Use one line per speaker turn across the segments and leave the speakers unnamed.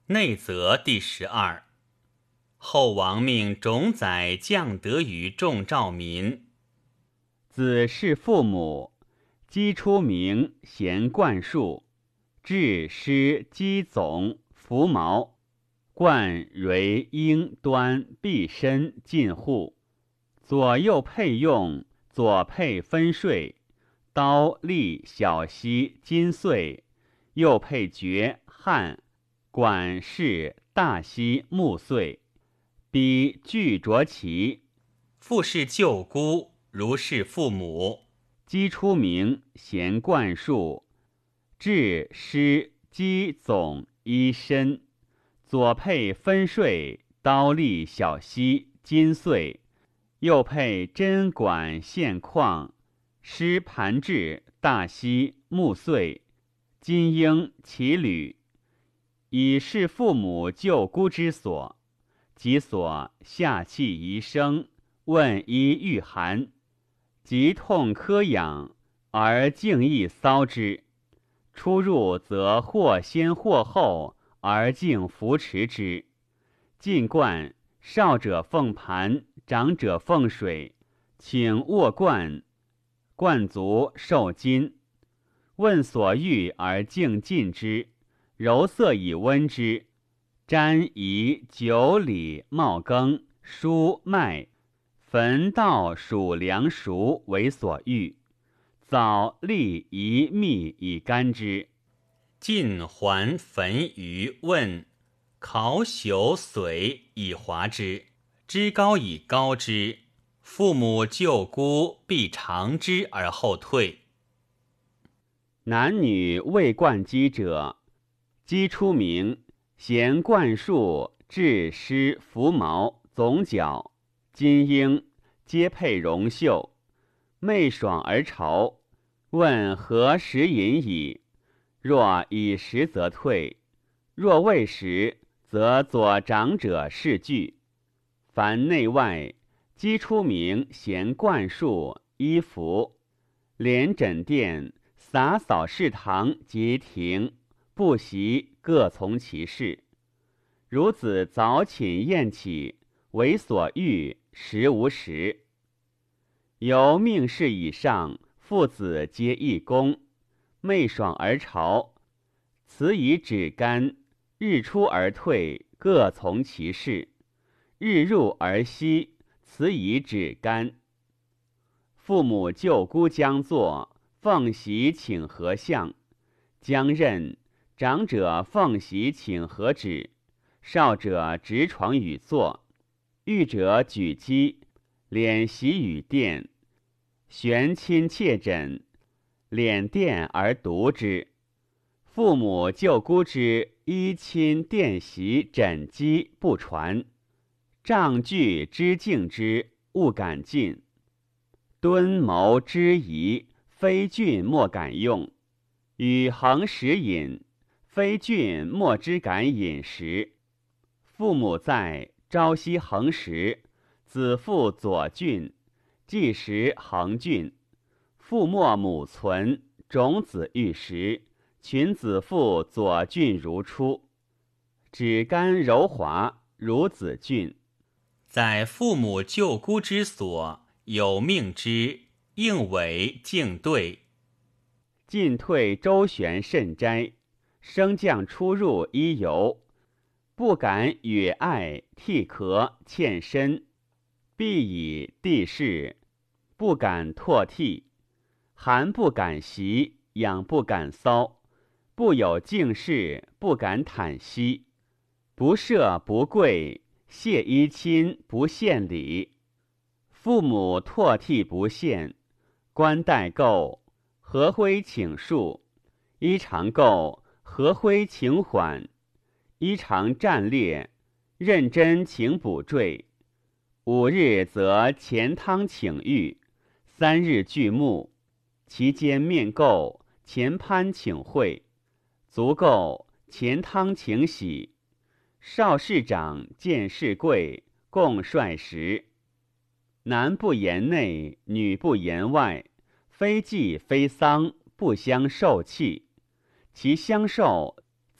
内则第12。后王命种宰降德于众兆民。
子弑父母，姬出名，贤冠树，陟师姬总，服毛，冠蕤缨端璧身进户，左右配用，左配分税，刀利小犀金穗，右配爵汉管氏大犀木穗，彼具着旗。
父是舅姑，如是父母。
姬出名，贤冠树，陟师姬总衣身，左配分税，刀利小犀金穗，右配针管线框，施盘陟大犀木穗，金缨绮履，以示父母舅姑之所。己所下气宜生，问医御寒，疾痛科养，而敬意搔之。出入则或先或后，而敬扶持之。进冠，少者奉盘，长者奉水，请握冠，冠足受金。问所欲而敬进之，柔色以温之。瞻夷酒礼茂羹蔬麦焚稻黍粮熟为所欲，枣栗宜蜜以甘之。
晋还焚鱼问，烤朽髓以滑之，脂膏以膏之。父母舅姑必尝之而后退。
男女未冠姬者，姬出名，贤冠树，陟师服毛，总角金缨，皆配绒袖，媚爽而朝。问何时饮矣？若以时则退，若未时，则左长者侍具。凡内外，姬出名，贤冠树，衣服，连枕殿，洒扫侍堂及庭，不习各从其事。孺子早寝晏起，为所欲，食无食。由命事以上，父子皆一公，媚爽而朝，辞以止干，日出而退，各从其事。日入而息，辞以止干。父母舅姑将坐，奉席请合相，将任，长者奉席请合止，少者执床与坐，御者举机，敛席与垫，悬亲切枕，敛垫而读之。父母舅姑之衣亲垫席枕机不传，杖具之敬之，勿敢进。敦谋之仪，非俊莫敢用。与恒食饮，非俊莫之敢饮食。父母在，朝夕恒食，子父左俊，既食恒俊。父没母存，种子欲食，群子父左俊如出。指干柔滑，如子俊。
在父母舅姑之所，有命之，应为敬对。
进退周旋甚斋，升降出入依由，不敢与爱涕咳欠身，必以地势，不敢唾涕。寒不敢袭，痒不敢搔，不有敬事，不敢袒息。不赦不跪，谢衣亲不献礼。父母唾涕不献，冠带垢，和徽请恕。衣长垢，和徽请缓。衣长战裂，认真请补缀。5日则钱汤请浴，3日具目，其间面垢，前攀请会。足垢，钱汤请洗。少市长见事贵，共率食。男不言内，女不言外，非祭非丧，不相受气。其相受，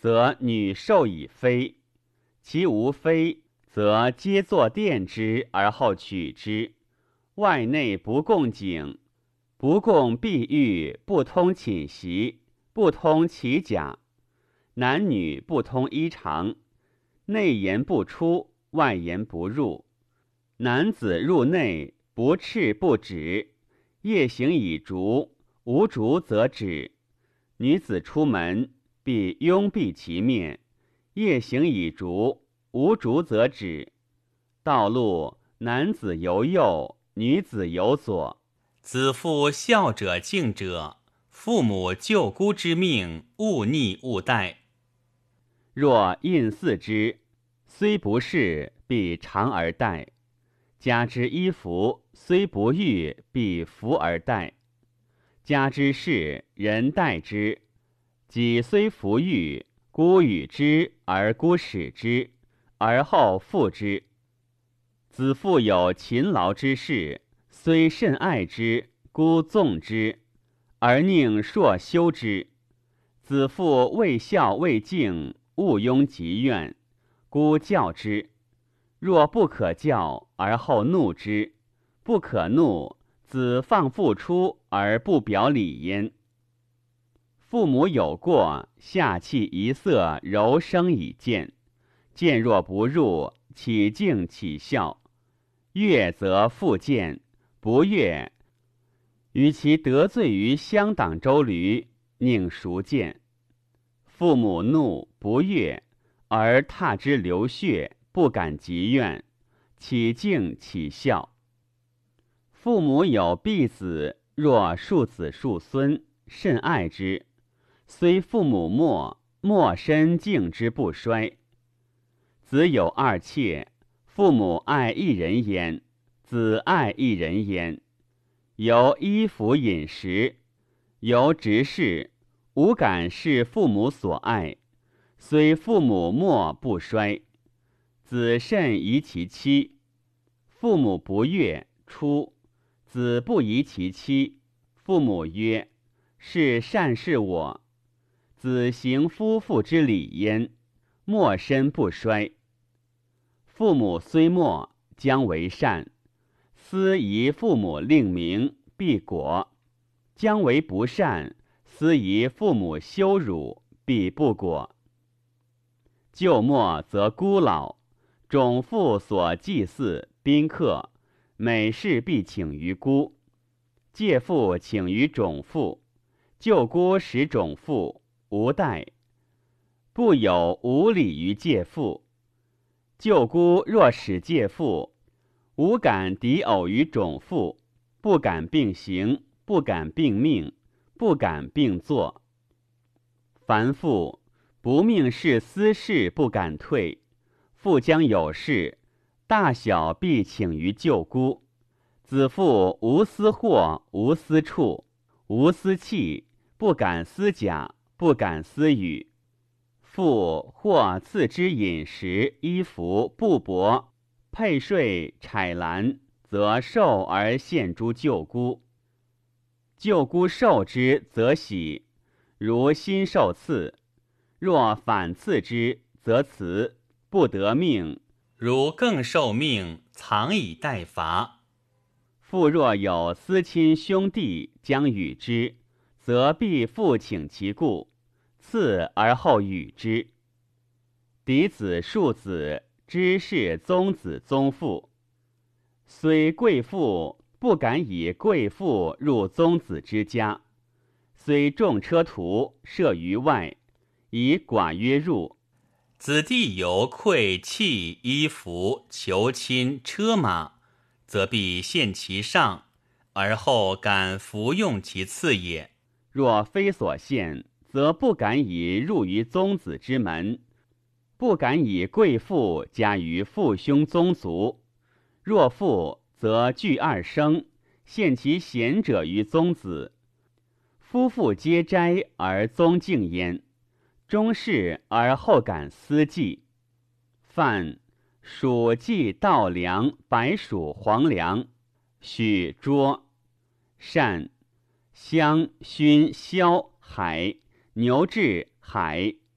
则女受以妃；其无妃，则皆作奠之而后取之。外内不共景，不共碧玉，不通寝席，不通其甲，男女不通衣裳，内言不出，外言不入。男子入内，不赤不止，夜行以烛，无烛则止。女子出门，必拥蔽其面，夜行以烛，无烛则止。道路，男子由右，女子由左。
子父孝者敬者，父母舅姑之命，勿逆勿怠。
若印似之，虽不是，必长而待。家之衣服，虽不欲，必服而待。家之事，人待之。己虽服欲，姑与之而姑使之，而后复之。子父有勤劳之事，虽甚爱之，姑纵之，而宁硕修之。子父为孝为敬，勿庸疾怨，姑教之。若不可教，而后怒之；不可怒，子放父出而不表礼焉。父母有过，下气一色，柔声以见。见若不入，岂敬岂孝？悦则复见，不悦，与其得罪于乡党周驴，宁孰见？父母怒不悦，而踏之流血，不敢疾怨，岂敬岂孝？父母有婢子，若庶子庶孙，甚爱之，虽父母莫身敬之不衰。子有二妾，父母爱一人焉，子爱一人焉。由衣服饮食，由执事，无敢是父母所爱，虽父母莫不衰。子甚宜其妻，父母不悦，出。子不宜其妻，父母曰：是善事我。子行夫妇之礼焉，莫身不衰。父母虽莫，将为善，思宜父母令明，必果；将为不善，思宜父母羞辱，必不果。旧末则孤老，种父所祭祀宾客，每事必请于孤；介父请于种父，舅姑使种父，无代。不有无礼于介父。舅姑若使介父，无敢敌偶于种父，不敢并行，不敢并命，不敢并作。凡父不命是私事，不敢退。父将有事，大小必请于舅姑。子父无私货，无私处，无私器，不敢私假，不敢私语。父或赐之饮食、衣服、布帛、配税、豺兰，则受而献诸舅姑。舅姑受之，则喜，如新受赐；若反赐之，则辞，不得命。
如更受命，藏以待罚。
父若有私亲兄弟将与之，则必复请其故，赐而后与之。嫡子庶子，知是宗子宗父。虽贵妇，不敢以贵妇入宗子之家；虽重车徒，射于外，以寡约入。
子弟有馈器、衣服、求亲、车马，则必献其上，而后敢服用其次也。
若非所献，则不敢以入于宗子之门，不敢以贵妇加于父兄宗族。若父，则惧二生，献其贤者于宗子。夫妇皆斋而宗敬焉，终事而后敢私祭。犯黍稷稻粮白薯黄粮，许捉。鳝香熏萧海牛至海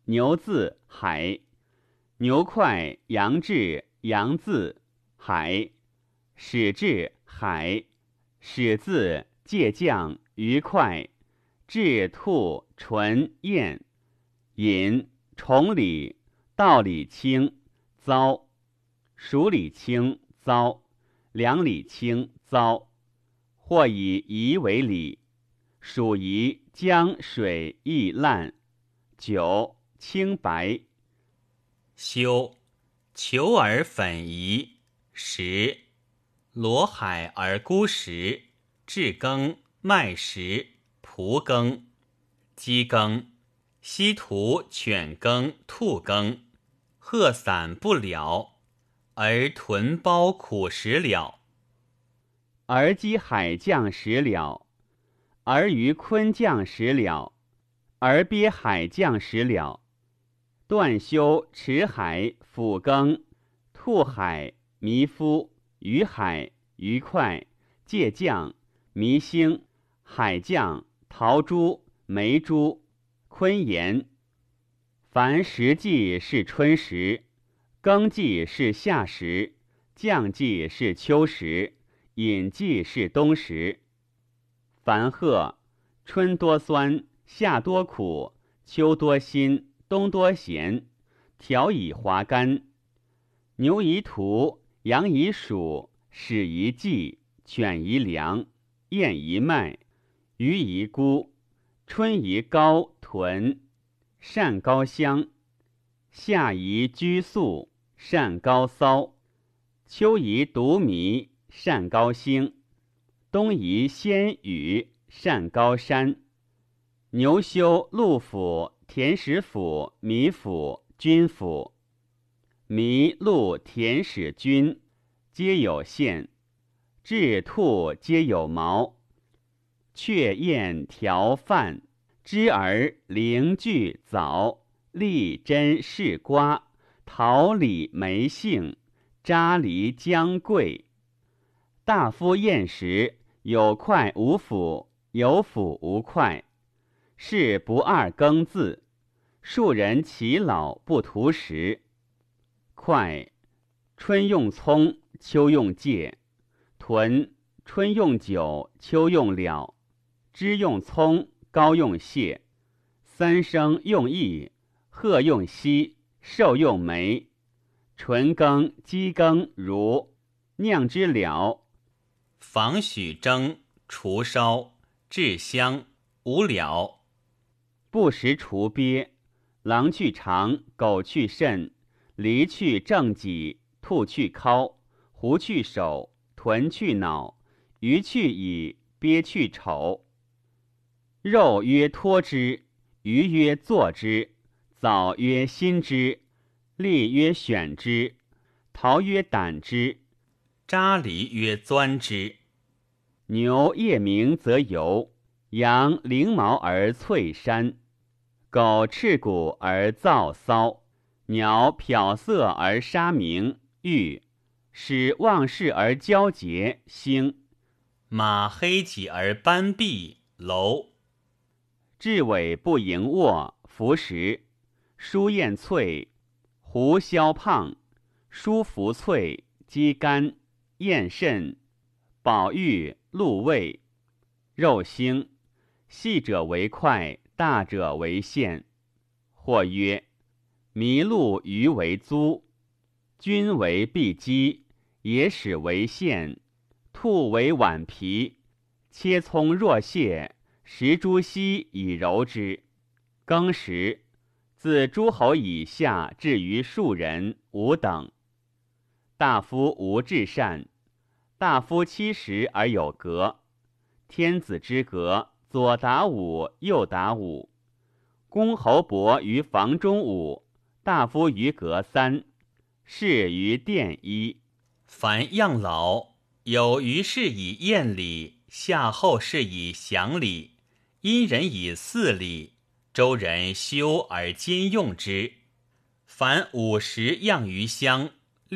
牛字海，牛快羊至羊字海，始至海，始字介将愉快，至兔纯燕，寅崇礼道理清糟，属理清糟，两理清糟，或以夷为理，属夷江水易烂，九清白。
休，求而粉夷，时，罗海而孤时，至耕麦时，蒲耕，鸡耕，西图犬耕兔耕，鹤散不了，而豚包苦食了。
而击海将食了，而渔鲲将食了，而鳖海将食了。断休池海俯耕，兔海弥夫，鱼海愉快，介将弥星，海将陶朱梅朱，昆岩。凡时季是春时，耕季是夏时，将季是秋时，饮季是冬时。凡鹤，春多酸，夏多苦，秋多辛，冬多咸，调以滑甘。牛以土，羊以黍，豕以稷，犬以粮，燕以麦，鱼以菇，春以高豚，善高香，夏以居粟，善高骚，秋以独米，善高兴，冬以鲜羽，善高山。牛休陆府、田使府、米府、军府。麋鹿田使君，皆有县；雉兔皆有毛。雀燕条范，知儿灵具枣，栗真柿瓜，桃李梅杏，渣梨姜桂。大夫宴食，有快无辅，有辅无快。是不二耕字，庶人其老不图食。快，春用葱，秋用芥；豚，春用酒，秋用了；脂用葱，膏用蟹；三生用益，鹤用犀，兽用梅；纯羹、鸡羹如，酿之了。
房许蒸，除烧，制香，无了。
不食除鳖，狼去肠，狗去肾，狸去正脊，兔去尻，狐去手，豚去脑，鱼去乙，鳖去丑。肉曰脱之，鱼曰作之，枣曰心之，栗曰选之，桃曰胆之，
渣梨曰钻之。
牛夜鸣则游，羊翎毛而翠山，狗赤骨而噪骚，鸟漂色而沙鸣，玉使忘事而交结，星
马黑脊而斑壁，楼。
雉尾不盈卧，服食；书燕翠，狐枭胖，书服翠，鸡肝，燕肾，宝玉鹿胃。肉星，细者为快，大者为线。或曰：麋鹿鱼为租，君为镉鸡，野史为线，兔为碗皮，切葱若蟹，食猪膝以柔之。庚时，自诸侯以下至于庶人，无等。大夫无至善，大夫70而有格。天子之格，左达5，右达5。公侯伯于房中5，大夫于阁3，士于殿1。
凡样老，有余事以宴礼，夏后事以享礼，殷人以祀礼，周人修而兼用之。凡50样于乡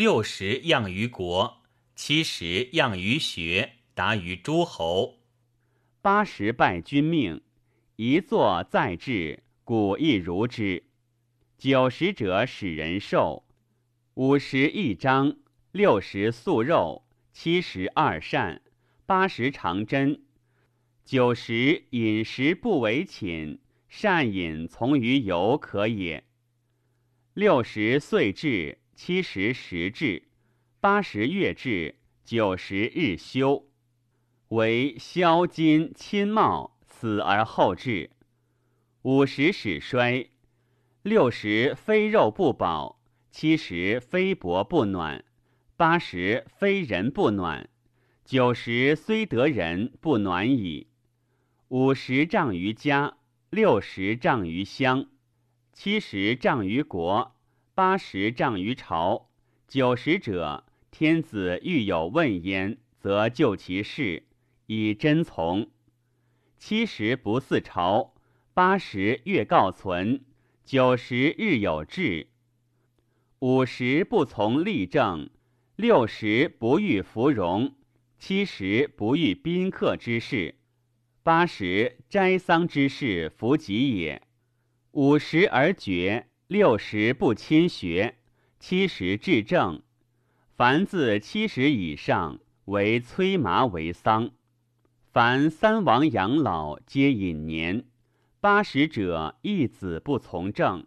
，60样于国，70样于学，达于诸侯。
80拜君命，一坐在制，古亦如之。 90者使人寿，50一张，60素肉，70二膳，80长针，90饮食不为寝，善饮从于游可也。60岁至，70时至，80月至，90日休。为消筋亲冒，死而后至。50始衰，60非肉不饱，70非帛不暖，80非人不暖，90虽得人不暖矣。50仗于家，60仗于乡，70仗于国，80仗于朝。90者，天子欲有问焉，则就其事，以真从。70不嗣朝，80月告存，90日有志。50不从立政，60不欲芙蓉，70不欲宾客之事，80斋丧之事弗及也。50而绝，60不亲学，70治政。凡自70以上，为催麻为丧。凡三王养老，皆隐年。80者，一子不从政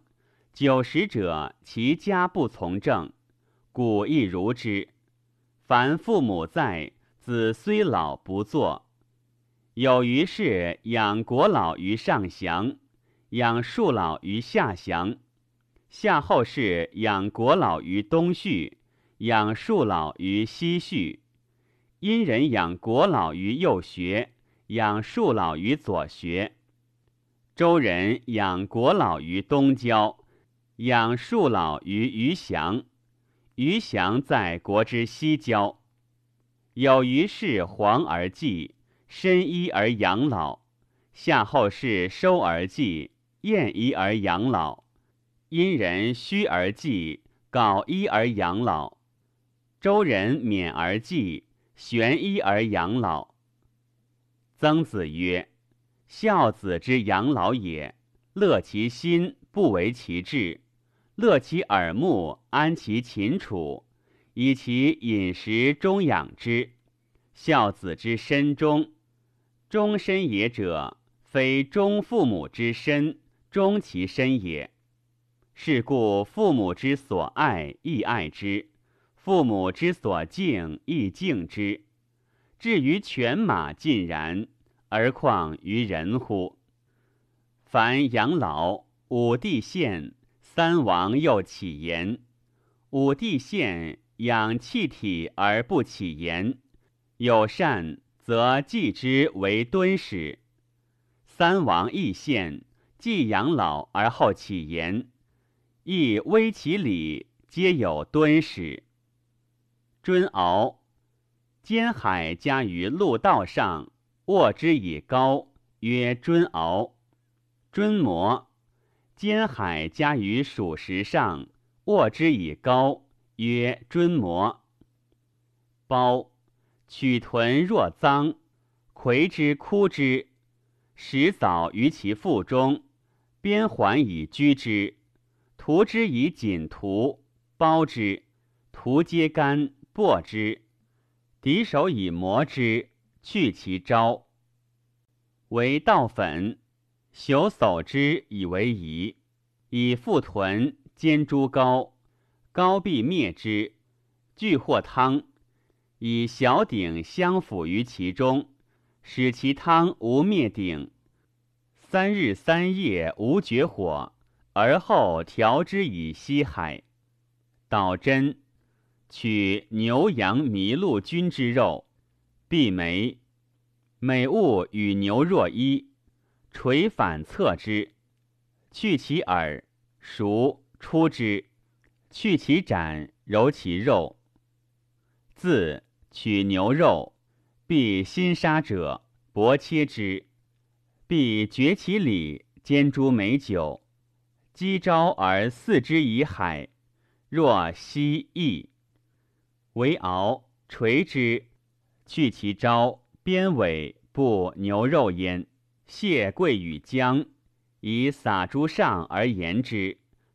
；90者，其家不从政，古亦如之。凡父母在，子虽老不作。有余是养国老于上祥，养庶老于下祥。夏后氏养国老于东序，养庶老于西序。殷人养国老于右学，养庶老于左学。周人养国老于东郊，养庶老于余祥。余祥在国之西郊。有余是黄而祭，深衣而养老。夏后氏收而祭，晏衣而养老。殷人虚而祭，缟衣而养老。周人免而祭，悬衣而养老。曾子曰：孝子之养老也，乐其心，不为其志；乐其耳目，安其寝处，以其饮食终养之。孝子之身终，终身也者，非终父母之身，终其身也。是故父母之所爱，亦爱之；父母之所敬，亦敬之。至于犬马尽然，而况于人乎？凡养老，武帝宪，三王又起言。武帝宪养气体而不起言，有善则继之为敦使。三王亦宪，既养老而后起言，亦微其礼，皆有敦使。颡敖，兼海加于陆道上，握之以高，曰颡敖。颡摩，兼海加于属石上，握之以高，曰颡摩。包，取豚若臧，魁之哭之，食藻于其腹中，鞭环以居之，涂之以锦涂，包之，涂皆干，剥之，敌手以磨之，去其招。为稻粉，朽叟之以为仪，以覆豚，煎猪羔，羔必灭之，具或汤，以小鼎相辅于其中，使其汤无灭鼎。3日3夜无绝火，而后调之以西海。捣针，取牛羊麋鹿菌之肉，闭眉，每物与牛若一，垂反侧之，去其耳，熟出之，去其斩，揉其肉。自取牛肉，必心杀者，薄切之，必绝其里，煎猪美酒，击招而饲之以海，若西翼。为敖，垂之，去其招，边尾，不牛肉焉。蟹桂与姜，以撒诸上而盐之，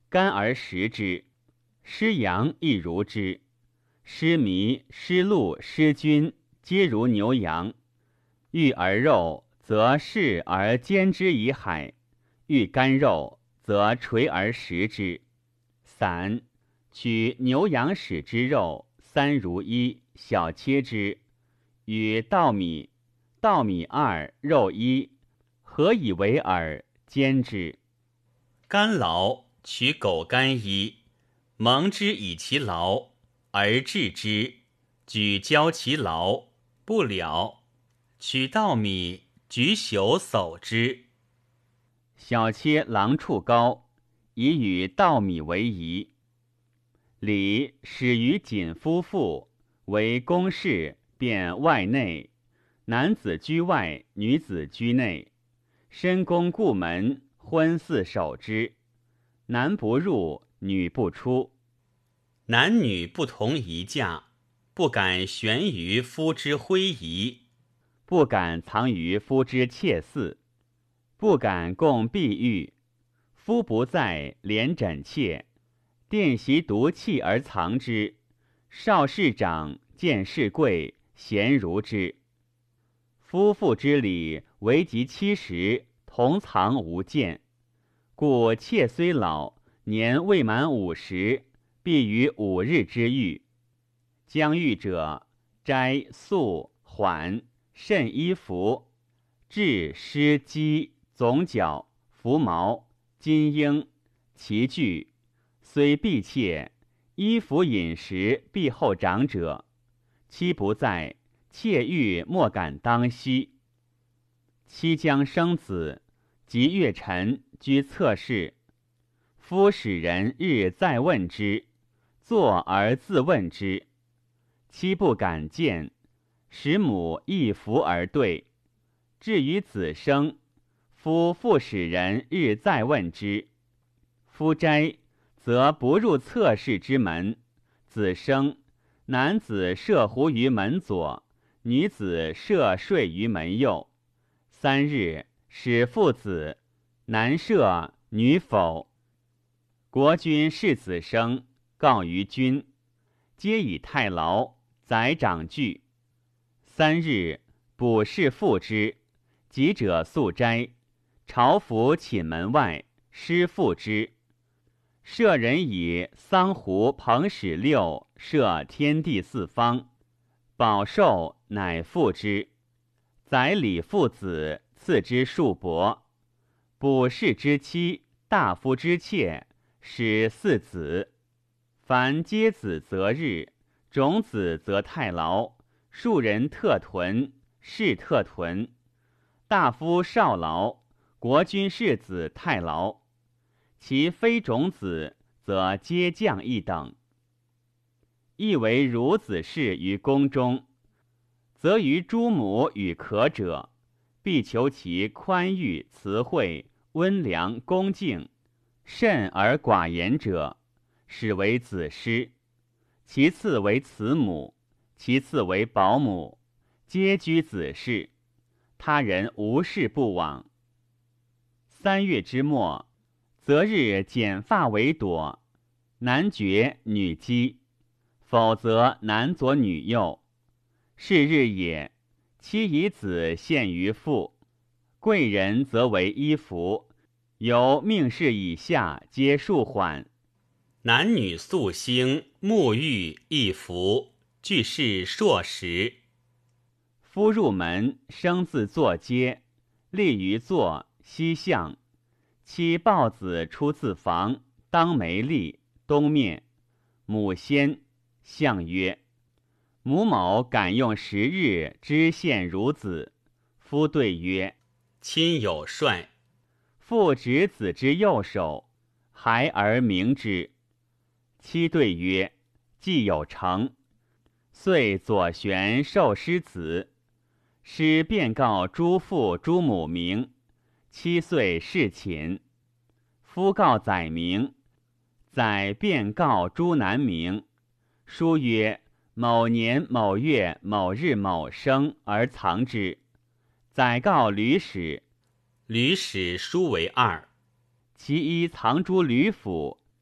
干而食之。失阳亦如之。失弥、失禄、失君，皆如牛羊。欲而肉，则视而煎之以海；欲干肉，则垂而食之。散，取牛羊使之肉3如1，小切之，与稻米、2，肉1，合以为饵，煎之。
干劳，取狗肝1，蒙之以其劳，而治之，举教其劳，不了。取稻米，举朽叟之。
小切狼畜膏，以与稻米为宜。礼始于谨夫妇，为公事，便外内。男子居外，女子居内。申公故门，婚巳守之。男不入，女不出。
男女不同宜嫁，不敢悬于夫之徽仪，
不敢藏于夫之妾室，不敢共碧玉。夫不在，连枕妾，殿席独器而藏之。少侍长，见士贵，贤如之。夫妇之礼，为及70，同藏无间。故妾虽老，年未满50，必于5日之狱。将狱者，斋素缓，慎衣服，雉狮鸡总角服毛金缨齐具，虽婢妾，衣服饮食必后长者。妻不在，妾欲莫敢当息。妻将生子，及月辰，居侧室。夫使人日再问之，坐而自问之。妻不敢见，使母亦服而对。至于子生，夫复使人日再问之。夫斋，则不入侧室之门。子生，男子射壶于门左，女子射睡于门右。3日，使父子，男射，女否。国君视子生，告于君，皆以太牢，宰长具。3日，卜事复之，疾者速斋。朝服寝门外，师复之。舍人以桑胡朋史6设天地4方，保寿，乃复之。宰礼父子，赐之数帛。卜事之妻，大夫之妾，使4子。凡皆子择日，种子则太牢。庶人特屯，士特屯。大夫少劳，国君世子太牢。其非种子，则皆降一等。亦为孺子氏于宫中，则于诸母与可者，必求其宽裕、慈惠、温良、恭敬，慎而寡言者，始为子师。其次为慈母，其次为保姆，皆居子室。他人无事不往。3月之末，择日剪发为朵，男爵女姬，否则男左女右。是日也，妻以子献于父，贵人则为衣服，由命士以下皆数缓。
男女素兴，沐浴一服，俱是硕食。
夫入门，生自坐阶，立于坐，西向。妻抱子出自房，当眉立，东面。母先，相曰：母某敢用10日知献孺子。夫对曰：
亲有帅。
父执子之右手，孩而明之。妻对曰：既有成。遂左旋受师子。师便告诸父诸母名。7岁侍寝。夫告宰名，宰便告诸男名。书曰：某年某月某日某生，而藏之。宰告吕史。
吕史书为2。
其一藏诸吕府，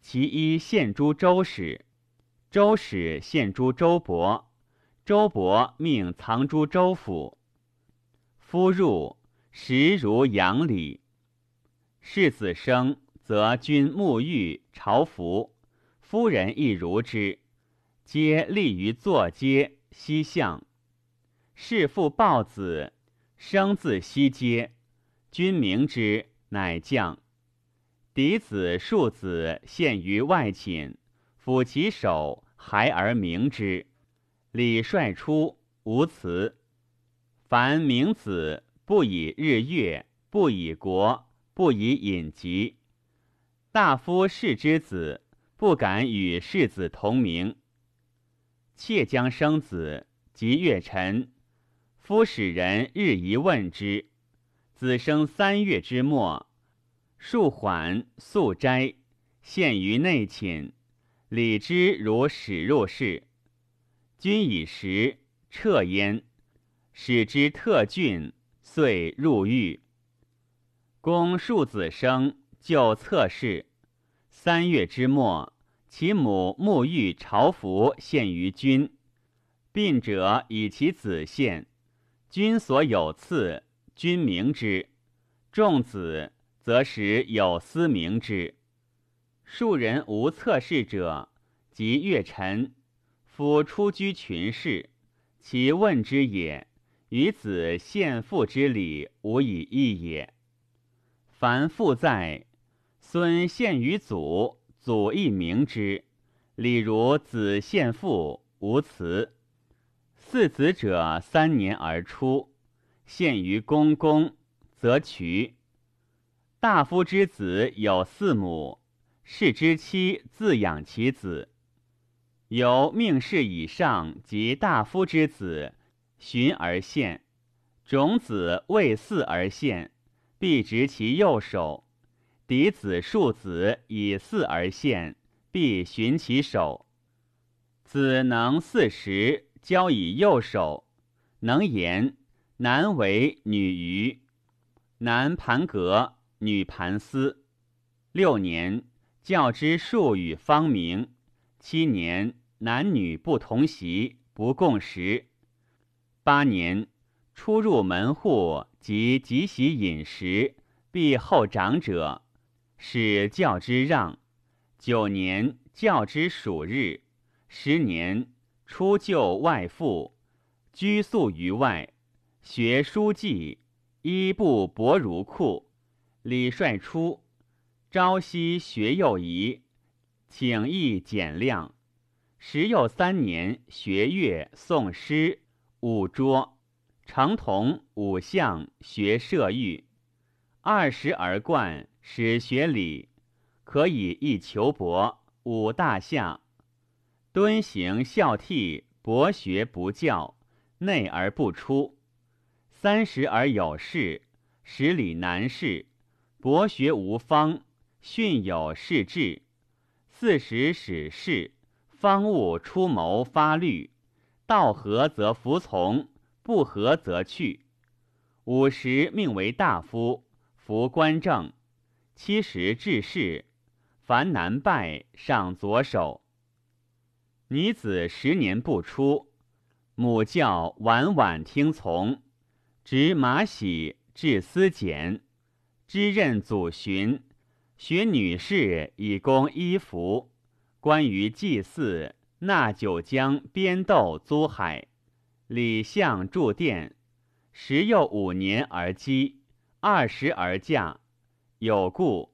其一献诸周使，周使献诸周伯，周伯命藏诸周府。夫入，时如阳礼。世子生，则君沐浴朝服，夫人亦如之，皆立于坐阶西向。是父抱子，生自西阶，君明之，乃降。嫡子庶子献于外寝，抚其手，孩而明之。礼率出，无辞。凡明子，不以日月，不以国，不以隐疾。大夫士之子，不敢与士子同名。妾将生子，及月辰，夫使人日宜问之。子生3月之末，数缓素斋，献于内寝，礼之如始入室。君以时，撤焉，使之特郡，遂入狱。公庶子生，就侧室。3月之末，其母沐浴朝服献于君。病者以其子献，君所有赐，君明之。仲子，则使有司明之。庶人无侧室者，即月辰，夫出居群士，其问之也，与子献父之礼无以异也。凡父在，孙献于祖，祖亦明之，礼如子献父，无辞。4子者3年而出，献于公公，则渠。大夫之子有4母，士之妻自养其子。由命士以上及大夫之子，循而献。种子未嗣而献，必执其右手。嫡子庶子以嗣而献，必循其手。子能40，交以右手，能言，男为女虞，男盘革，女盘丝。6年，教之术语方明。7年，男女不同席，不共食。8年，出入门户及即席饮食，必后长者，使教之让。9年，教之属日。10年，出就外父，居宿于外，学书记，衣不薄如裤。礼率出，朝夕学幼仪，请益简量。时又3年，学乐、诵诗、舞桌，成童、五象，学射御。20而冠，始学礼，可以一裘帛，舞大象。敦行孝悌，博学不教，内而不出。30而有事，使礼难事，博学无方，训有事志。40使事，方务出谋发虑，道合则服从，不合则去。50命为大夫，服官政。70治事，凡难拜，上左手。女子10年不出，母教晚晚听从，执马喜，治丝简，知任祖巡，学女士以供衣服。关于祭祀，纳九江边斗租海，礼相筑殿。时又5年而笄，20而嫁。有故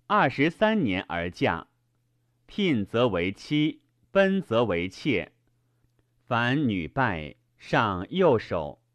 23年而嫁。聘则为妻，奔则为妾。凡女拜，上右手。